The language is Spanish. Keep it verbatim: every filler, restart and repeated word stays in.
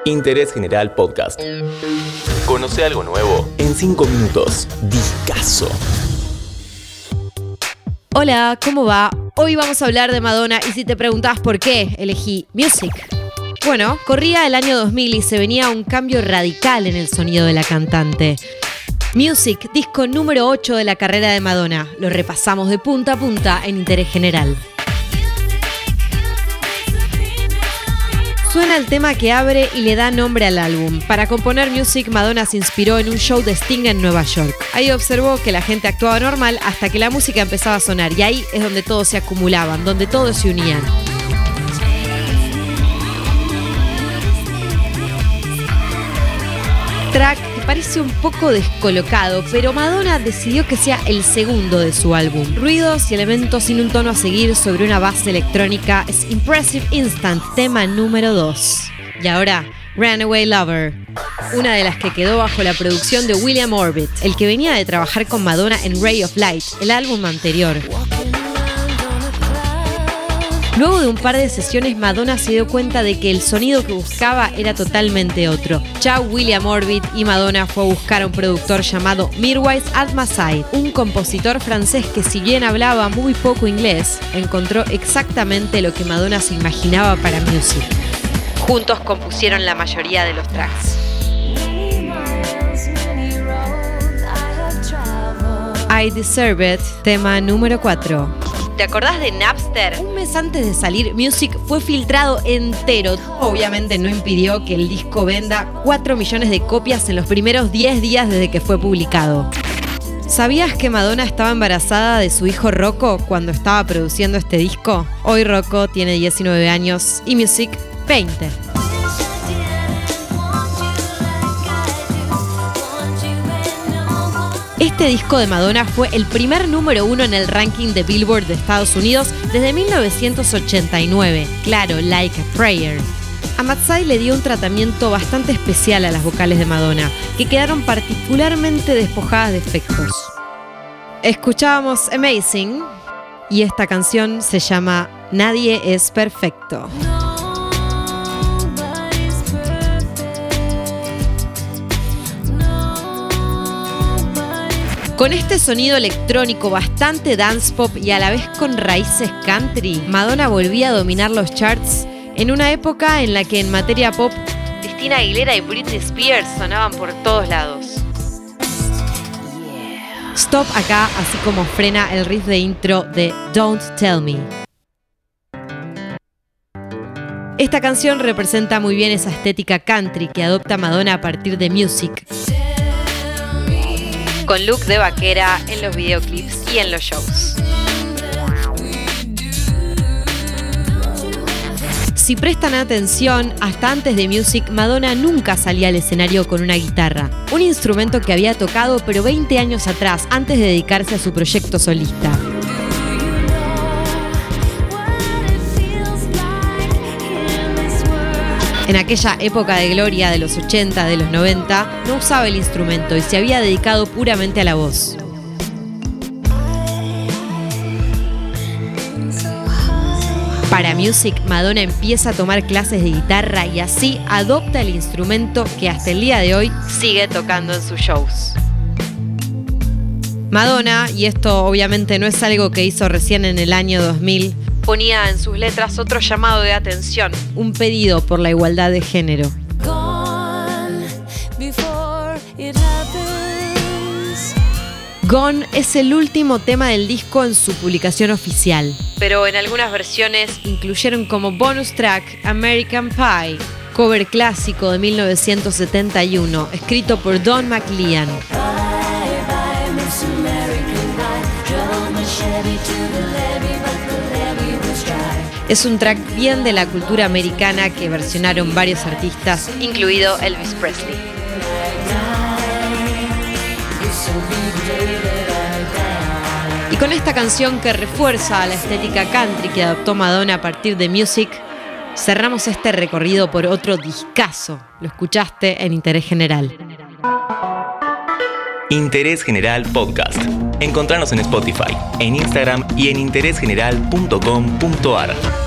Interés General Podcast. Conoce algo nuevo en cinco minutos. Discazo. Hola, ¿cómo va? Hoy vamos a hablar de Madonna y si te preguntabas por qué, elegí Music. Bueno, corría el año dos mil y se venía un cambio radical en el sonido de la cantante. Music, disco número ocho de la carrera de Madonna. Lo repasamos de punta a punta en Interés General. Suena el tema que abre y le da nombre al álbum. Para componer Music, Madonna se inspiró en un show de Sting en Nueva York. Ahí observó que la gente actuaba normal hasta que la música empezaba a sonar y ahí es donde todos se acumulaban, donde todos se unían. Track que parece un poco descolocado, pero Madonna decidió que sea el segundo de su álbum. Ruidos y elementos sin un tono a seguir sobre una base electrónica es Impressive Instant, tema número dos. Y ahora, Runaway Lover, una de las que quedó bajo la producción de William Orbit, el que venía de trabajar con Madonna en Ray of Light, el álbum anterior. Luego de un par de sesiones, Madonna se dio cuenta de que el sonido que buscaba era totalmente otro. Chao William Orbit y Madonna fue a buscar a un productor llamado Mirwais Ahmadzai, un compositor francés que, si bien hablaba muy poco inglés, encontró exactamente lo que Madonna se imaginaba para Music. Juntos compusieron la mayoría de los tracks. I Deserve It, tema número cuatro. ¿Te acordás de Napster? Un mes antes de salir, Music fue filtrado entero. Obviamente no impidió que el disco venda cuatro millones de copias en los primeros diez días desde que fue publicado. ¿Sabías que Madonna estaba embarazada de su hijo Rocco cuando estaba produciendo este disco? Hoy Rocco tiene diecinueve años y Music veinte. Este disco de Madonna fue el primer número uno en el ranking de Billboard de Estados Unidos desde mil novecientos ochenta y nueve. Claro, Like a Prayer. Ahmadzai le dio un tratamiento bastante especial a las vocales de Madonna, que quedaron particularmente despojadas de efectos. Escuchábamos Amazing y esta canción se llama Nadie es perfecto. Con este sonido electrónico bastante dance pop y a la vez con raíces country, Madonna volvía a dominar los charts en una época en la que en materia pop, Christina Aguilera y Britney Spears sonaban por todos lados. Stop acá, así como frena el riff de intro de Don't Tell Me. Esta canción representa muy bien esa estética country que adopta Madonna a partir de Music, con look de vaquera en los videoclips y en los shows. Si prestan atención, hasta antes de Music, Madonna nunca salía al escenario con una guitarra, un instrumento que había tocado pero veinte años atrás, antes de dedicarse a su proyecto solista. En aquella época de gloria de los ochenta, de los noventa, no usaba el instrumento y se había dedicado puramente a la voz. Para Music, Madonna empieza a tomar clases de guitarra y así adopta el instrumento que hasta el día de hoy sigue tocando en sus shows. Madonna, y esto obviamente no es algo que hizo recién en el año dos mil, ponía en sus letras otro llamado de atención, un pedido por la igualdad de género. Gone es el último tema del disco en su publicación oficial, pero en algunas versiones incluyeron como bonus track American Pie, cover clásico de mil novecientos setenta y uno, escrito por Don McLean. Es un track bien de la cultura americana que versionaron varios artistas, incluido Elvis Presley. Y con esta canción que refuerza la estética country que adoptó Madonna a partir de Music, cerramos este recorrido por otro discazo. Lo escuchaste en Interés General. Interés General Podcast. Encontranos en Spotify, en Instagram y en interés general punto com punto a r.